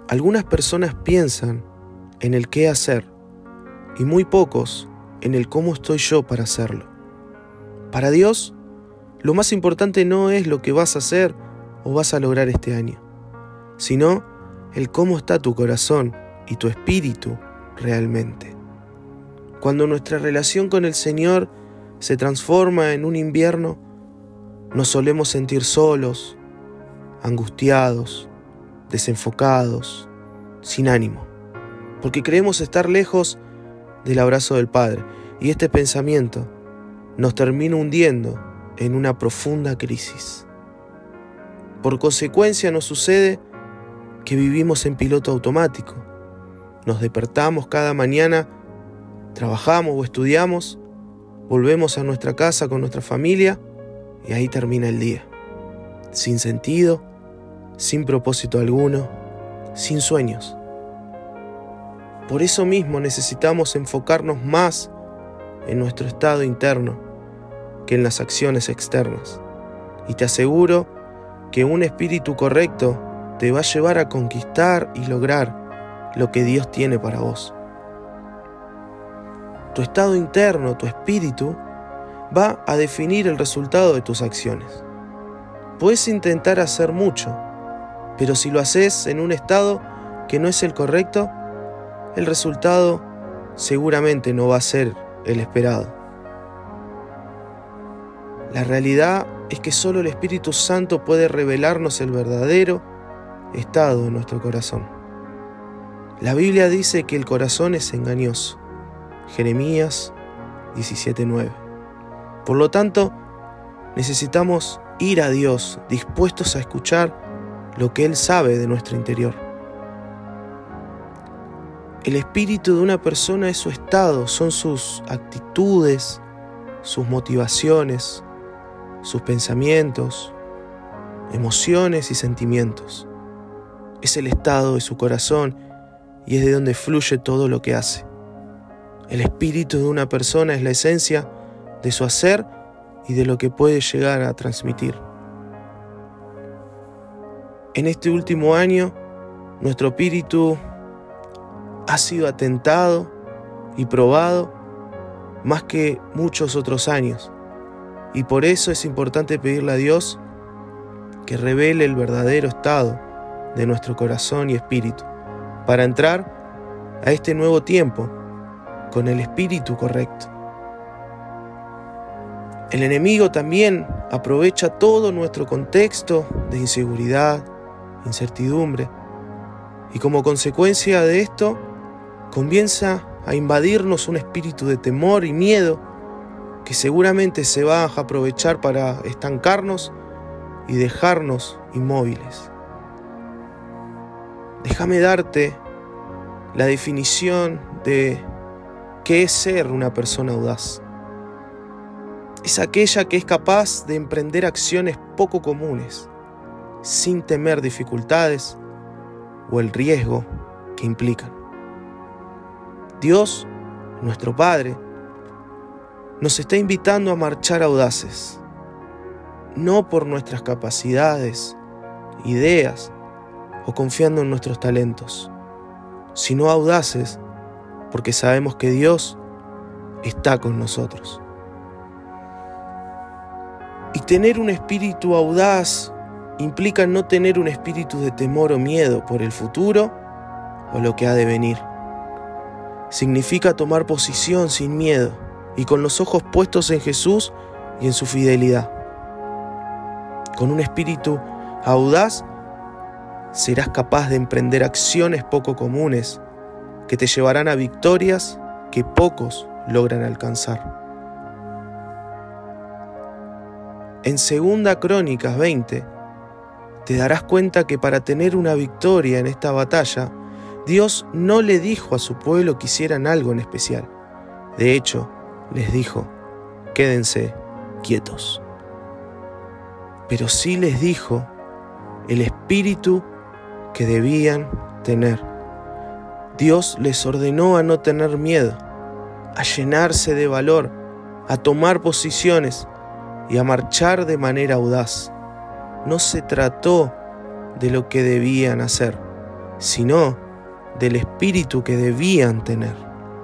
Algunas personas piensan en el qué hacer y muy pocos en el cómo estoy yo para hacerlo. Para Dios, lo más importante no es lo que vas a hacer o vas a lograr este año, sino el cómo está tu corazón y tu espíritu realmente. Cuando nuestra relación con el Señor se transforma en un invierno, nos solemos sentir solos, angustiados, desenfocados, sin ánimo, porque creemos estar lejos del abrazo del Padre, y este pensamiento nos termina hundiendo en una profunda crisis. Por consecuencia nos sucede que vivimos en piloto automático. Nos despertamos cada mañana, trabajamos o estudiamos, volvemos a nuestra casa con nuestra familia y ahí termina el día. Sin sentido, sin propósito alguno, sin sueños. Por eso mismo necesitamos enfocarnos más en nuestro estado interno que en las acciones externas. Y te aseguro que un espíritu correcto te va a llevar a conquistar y lograr lo que Dios tiene para vos. Tu estado interno, tu espíritu, va a definir el resultado de tus acciones. Puedes intentar hacer mucho, pero si lo haces en un estado que no es el correcto, el resultado seguramente no va a ser el esperado. La realidad es que solo el Espíritu Santo puede revelarnos el verdadero estado de nuestro corazón. La Biblia dice que el corazón es engañoso. Jeremías 17:9. Por lo tanto, necesitamos ir a Dios dispuestos a escuchar lo que Él sabe de nuestro interior. El espíritu de una persona es su estado, son sus actitudes, sus motivaciones, sus pensamientos, emociones y sentimientos. Es el estado de su corazón y es de donde fluye todo lo que hace. El espíritu de una persona es la esencia de su hacer y de lo que puede llegar a transmitir. En este último año, nuestro espíritu ha sido atentado y probado más que muchos otros años. Y por eso es importante pedirle a Dios que revele el verdadero estado de nuestro corazón y espíritu, para entrar a este nuevo tiempo con el espíritu correcto. El enemigo también aprovecha todo nuestro contexto de inseguridad, incertidumbre, y como consecuencia de esto, comienza a invadirnos un espíritu de temor y miedo que seguramente se va a aprovechar para estancarnos y dejarnos inmóviles. Déjame darte la definición de qué es ser una persona audaz. Es aquella que es capaz de emprender acciones poco comunes, sin temer dificultades o el riesgo que implican. Dios, nuestro Padre, nos está invitando a marchar audaces, no por nuestras capacidades, ideas o confiando en nuestros talentos, sino audaces porque sabemos que Dios está con nosotros. Y tener un espíritu audaz implica no tener un espíritu de temor o miedo por el futuro o lo que ha de venir. Significa tomar posición sin miedo y con los ojos puestos en Jesús y en su fidelidad. Con un espíritu audaz serás capaz de emprender acciones poco comunes que te llevarán a victorias que pocos logran alcanzar. En 2 Crónicas 20 te darás cuenta que para tener una victoria en esta batalla, Dios no le dijo a su pueblo que hicieran algo en especial. De hecho, les dijo, quédense quietos. Pero sí les dijo el espíritu que debían tener. Dios les ordenó a no tener miedo, a llenarse de valor, a tomar posiciones y a marchar de manera audaz. No se trató de lo que debían hacer, sino del espíritu que debían tener.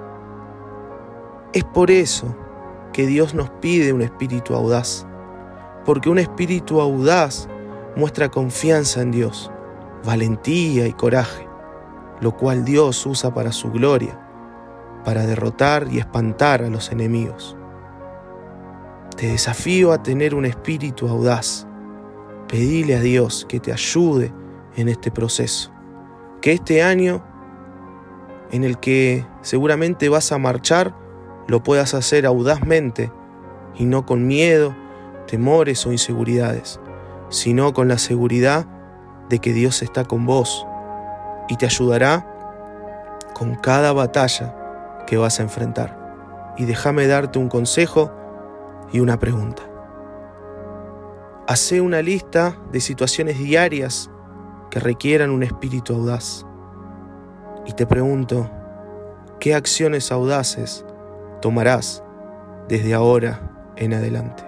Es por eso que Dios nos pide un espíritu audaz, porque un espíritu audaz muestra confianza en Dios, valentía y coraje, lo cual Dios usa para su gloria, para derrotar y espantar a los enemigos. Te desafío a tener un espíritu audaz. Pedile a Dios que te ayude en este proceso. Que este año, en el que seguramente vas a marchar, lo puedas hacer audazmente y no con miedo, temores o inseguridades, sino con la seguridad de que Dios está con vos y te ayudará con cada batalla que vas a enfrentar. Y déjame darte un consejo y una pregunta. Hacé una lista de situaciones diarias que requieran un espíritu audaz. Y te pregunto, ¿qué acciones audaces tomarás desde ahora en adelante?